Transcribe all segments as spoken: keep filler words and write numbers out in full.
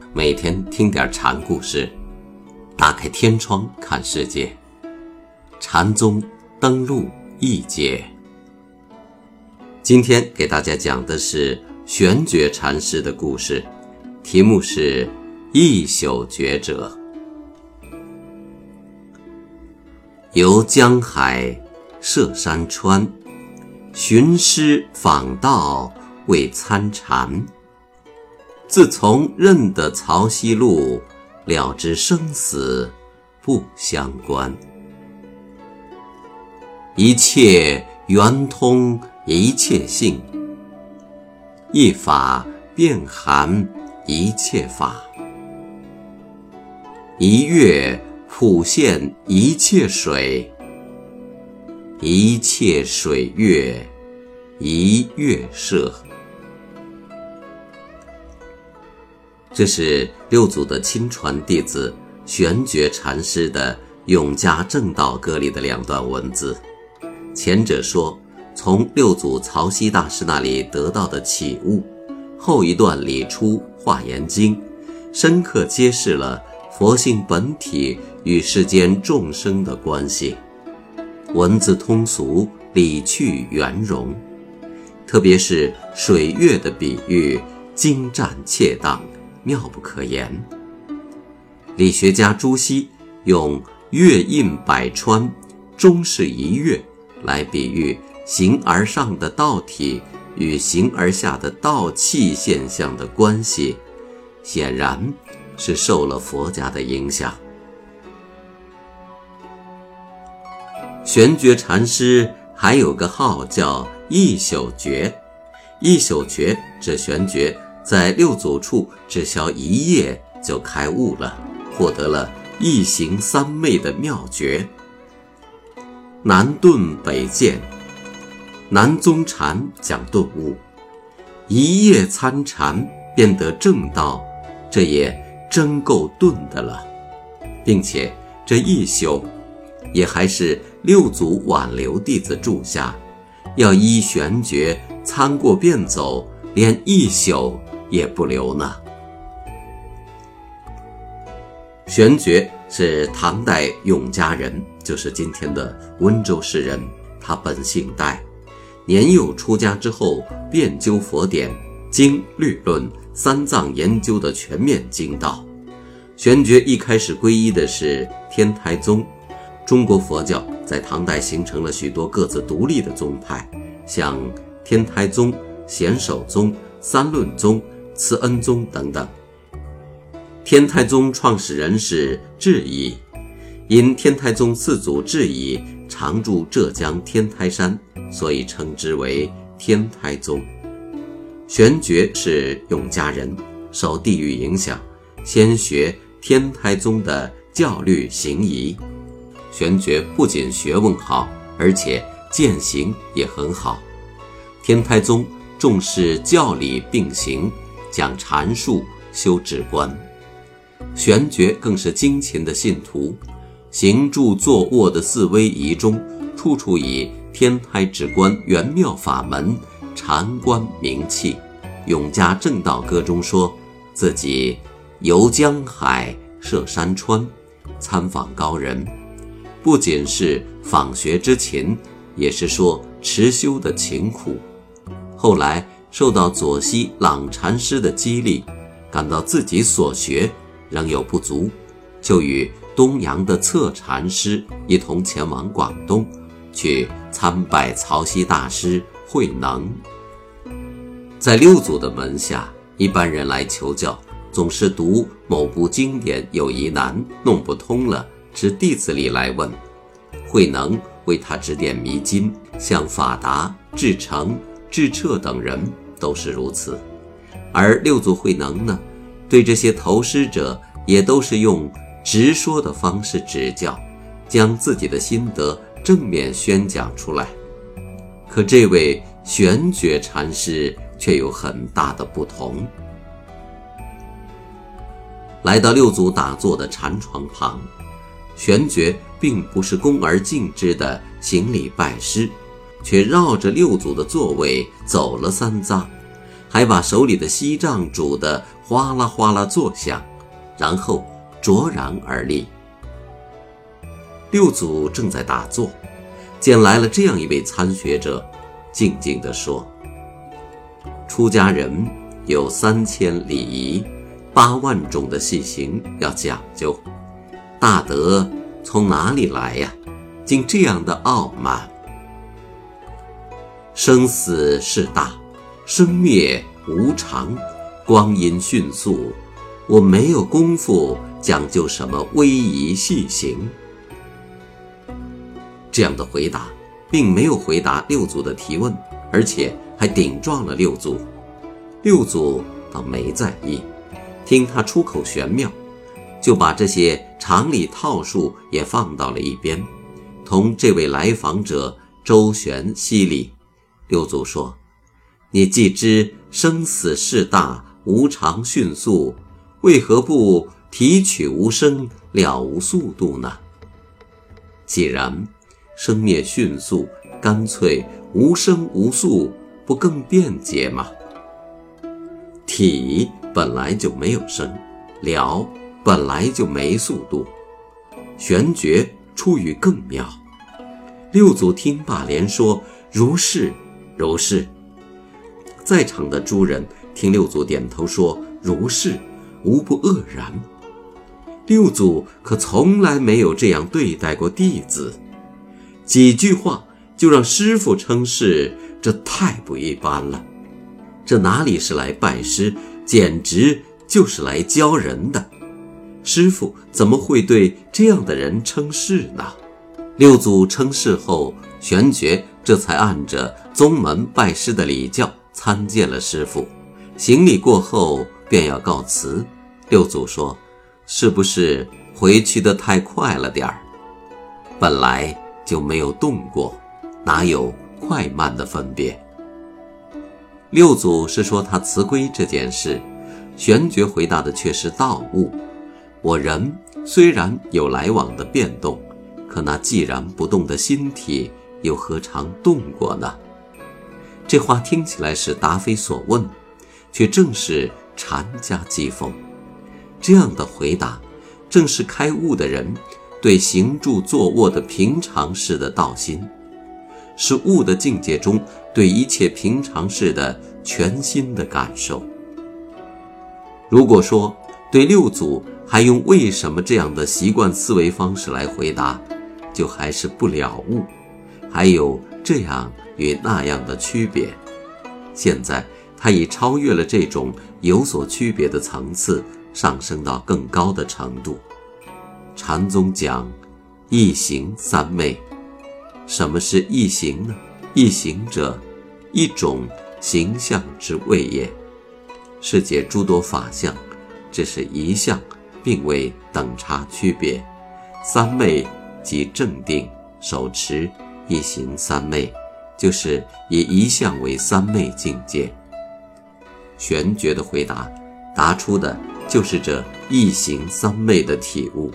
每天听点禅故事，打开天窗看世界。禅宗登陆一节，今天给大家讲的是玄觉禅师的故事，题目是一宿觉者。游江海，涉山川，寻师访道，为参禅。自从认得曹溪路，了知生死不相关。一切圆通一切性，一法遍含一切法。一月普现一切水，一切水月一月摄。这是六祖的亲传弟子玄觉禅师的《永嘉正道歌》里的两段文字。前者说从六祖曹溪大师那里得到的启悟，后一段理出华严经，深刻揭示了佛性本体与世间众生的关系。文字通俗，理趣圆融，特别是水月的比喻精湛切当，妙不可言。理学家朱熹用月印百川，终是一月来比喻形而上的道体与形而下的道气现象的关系，显然是受了佛家的影响。玄觉禅师还有个号叫一宿觉，一宿觉指玄觉在六祖处只消一夜就开悟了，获得了一行三昧的妙觉。南顿北渐，南宗禅讲顿悟，一夜参禅便得正道，这也真够顿的了。并且这一宿也还是六祖挽留弟子住下，要依玄觉参过便走，连一宿也不留呢。玄觉是唐代永嘉人，就是今天的温州市人，他本姓戴。年幼出家之后，遍究佛典、经律论、三藏研究的全面精道。玄觉一开始皈依的是天台宗。中国佛教在唐代形成了许多各自独立的宗派，像天台宗、显首宗、三论宗、慈恩宗等等。天台宗创始人是智颐，因天台宗四祖智颐常住浙江天台山，所以称之为天台宗。玄觉是永嘉人，受地域影响，先学天台宗的教律行仪。玄觉不仅学问好，而且践行也很好。天台宗重视教理并行，讲禅术，修止观。玄觉更是精勤的信徒，行住坐卧的四威仪中，处处以天台止观圆妙法门禅观名气。永嘉正道歌中说自己游江海，涉山川，参访高人，不仅是访学之勤，也是说持修的勤苦。后来受到左西朗禅师的激励，感到自己所学仍有不足，就与东洋的策禅师一同前往广东，去参拜曹溪大师慧能。在六祖的门下，一般人来求教，总是读某部经典有疑难，弄不通了，至弟子里来问，慧能为他指点迷津，像法达、智澄、智彻等人都是如此。而六祖慧能呢，对这些投师者也都是用直说的方式指教，将自己的心得正面宣讲出来。可这位玄觉禅师却有很大的不同。来到六祖打坐的禅床旁，玄觉并不是恭而敬之的行礼拜师，却绕着六祖的座位走了三匝， 还把手里的锡杖煮得哗啦哗啦作响，然后卓然而立。六祖正在打坐，见来了这样一位参学者，静静地说：出家人有三千礼仪，八万种的细行要讲究，大德从哪里来呀？竟这样的傲慢。生死事大，生灭无常，光阴迅速，我没有功夫讲究什么威仪细行。这样的回答并没有回答六祖的提问，而且还顶撞了六祖。六祖倒没在意，听他出口玄妙，就把这些常理套数也放到了一边，同这位来访者周旋犀利。六祖说：你既知生死事大，无常迅速，为何不提取无生，了无速度呢？既然生灭迅速，干脆无生无速，不更便捷吗？体本来就没有生，了本来就没速度，玄觉出于更妙。六祖听罢连说：如是如是。在场的诸人听六祖点头说如是，无不愕然。六祖可从来没有这样对待过弟子，几句话就让师父称是，这太不一般了。这哪里是来拜师，简直就是来教人的。师父怎么会对这样的人称是呢？六祖称是后，玄觉这才按着宗门拜师的礼教参见了师父，行礼过后便要告辞。六祖说：是不是回去得太快了点儿？本来就没有动过，哪有快慢的分别？六祖是说他辞归这件事，玄觉回答的却是道悟。我人虽然有来往的变动，可那既然不动的心体又何尝动过呢？这话听起来是答非所问，却正是禅家讥讽。这样的回答正是开悟的人对行住坐卧的平常事的道心，是悟的境界中对一切平常事的全新的感受。如果说对六祖还用为什么这样的习惯思维方式来回答，就还是不了悟，还有这样与那样的区别。现在他已超越了这种有所区别的层次，上升到更高的程度。禅宗讲一行三昧，什么是一行呢？一行者，一种形象之谓也。世界诸多法相，只是一相，并未等差区别。三昧即正定、手持、一行三昧，就是以一相为三昧境界。玄觉的回答答出的就是这一行三昧的体悟。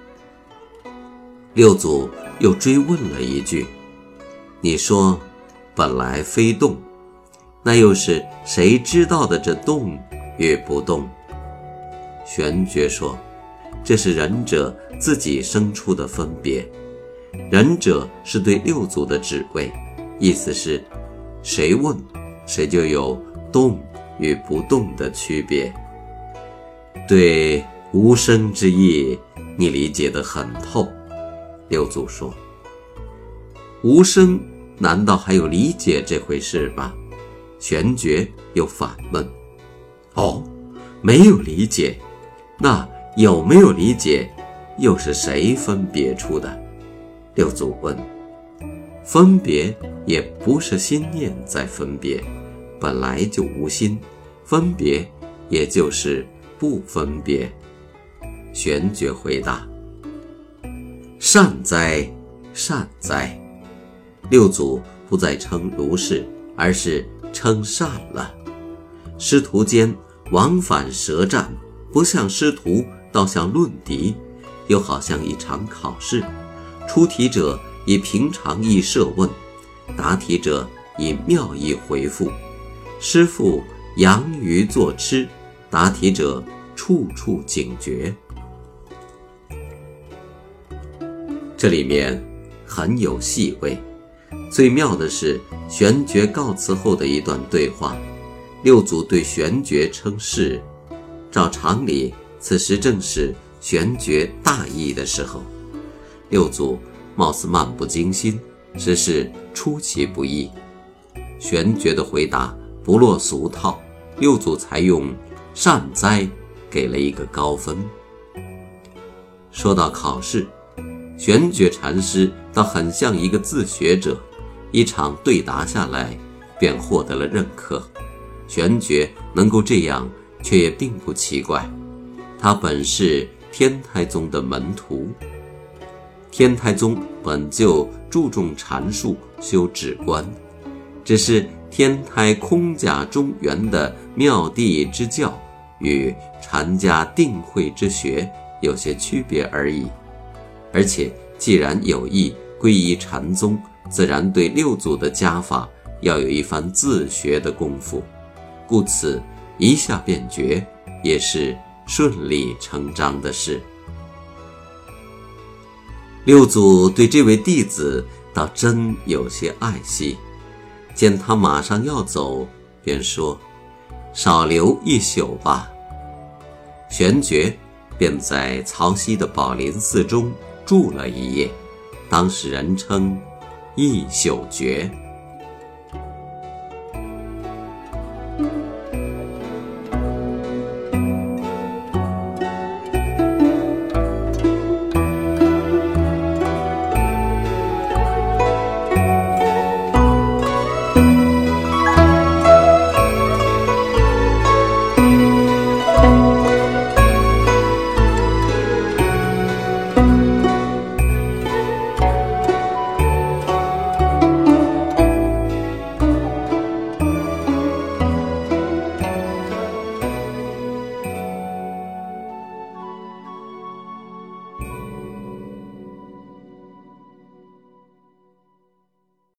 六祖又追问了一句：你说本来非动，那又是谁知道的这动与不动？玄觉说：这是仁者自己生出的分别。仁者是对六祖的指谓，意思是谁问谁就有动与不动的区别。对无生之意你理解得很透。六祖说：无生难道还有理解这回事吗？玄觉又反问：哦，没有理解，那有没有理解又是谁分别出的？六祖问：分别也不是心念在分别，本来就无心，分别也就是不分别。玄觉回答：善哉善哉。六祖不再称如是，而是称善了。师徒间往返舌战，不像师徒，倒像论敌，又好像一场考试。出题者以平常意设问，答题者以妙意回复。师父养鱼作吃，答题者处处警觉。这里面很有细味，最妙的是玄觉告辞后的一段对话。六祖对玄觉称是，照常理，此时正是玄觉大意的时候。六祖貌似漫不经心，实是出其不意。玄觉的回答不落俗套，六祖才用善哉给了一个高分。说到考试，玄觉禅师倒很像一个自学者，一场对答下来便获得了认可。玄觉能够这样却也并不奇怪，他本是天台宗的门徒。天台宗本就注重禅术修止观，只是天台空假中原的妙谛之教与禅家定慧之学有些区别而已。而且既然有意皈依禅宗，自然对六祖的家法要有一番自学的功夫，故此一下便决也是顺理成章的事。六祖对这位弟子倒真有些爱惜，见他马上要走，便说少留一宿吧。玄觉便在曹溪的宝林寺中住了一夜，当时人称一宿诀。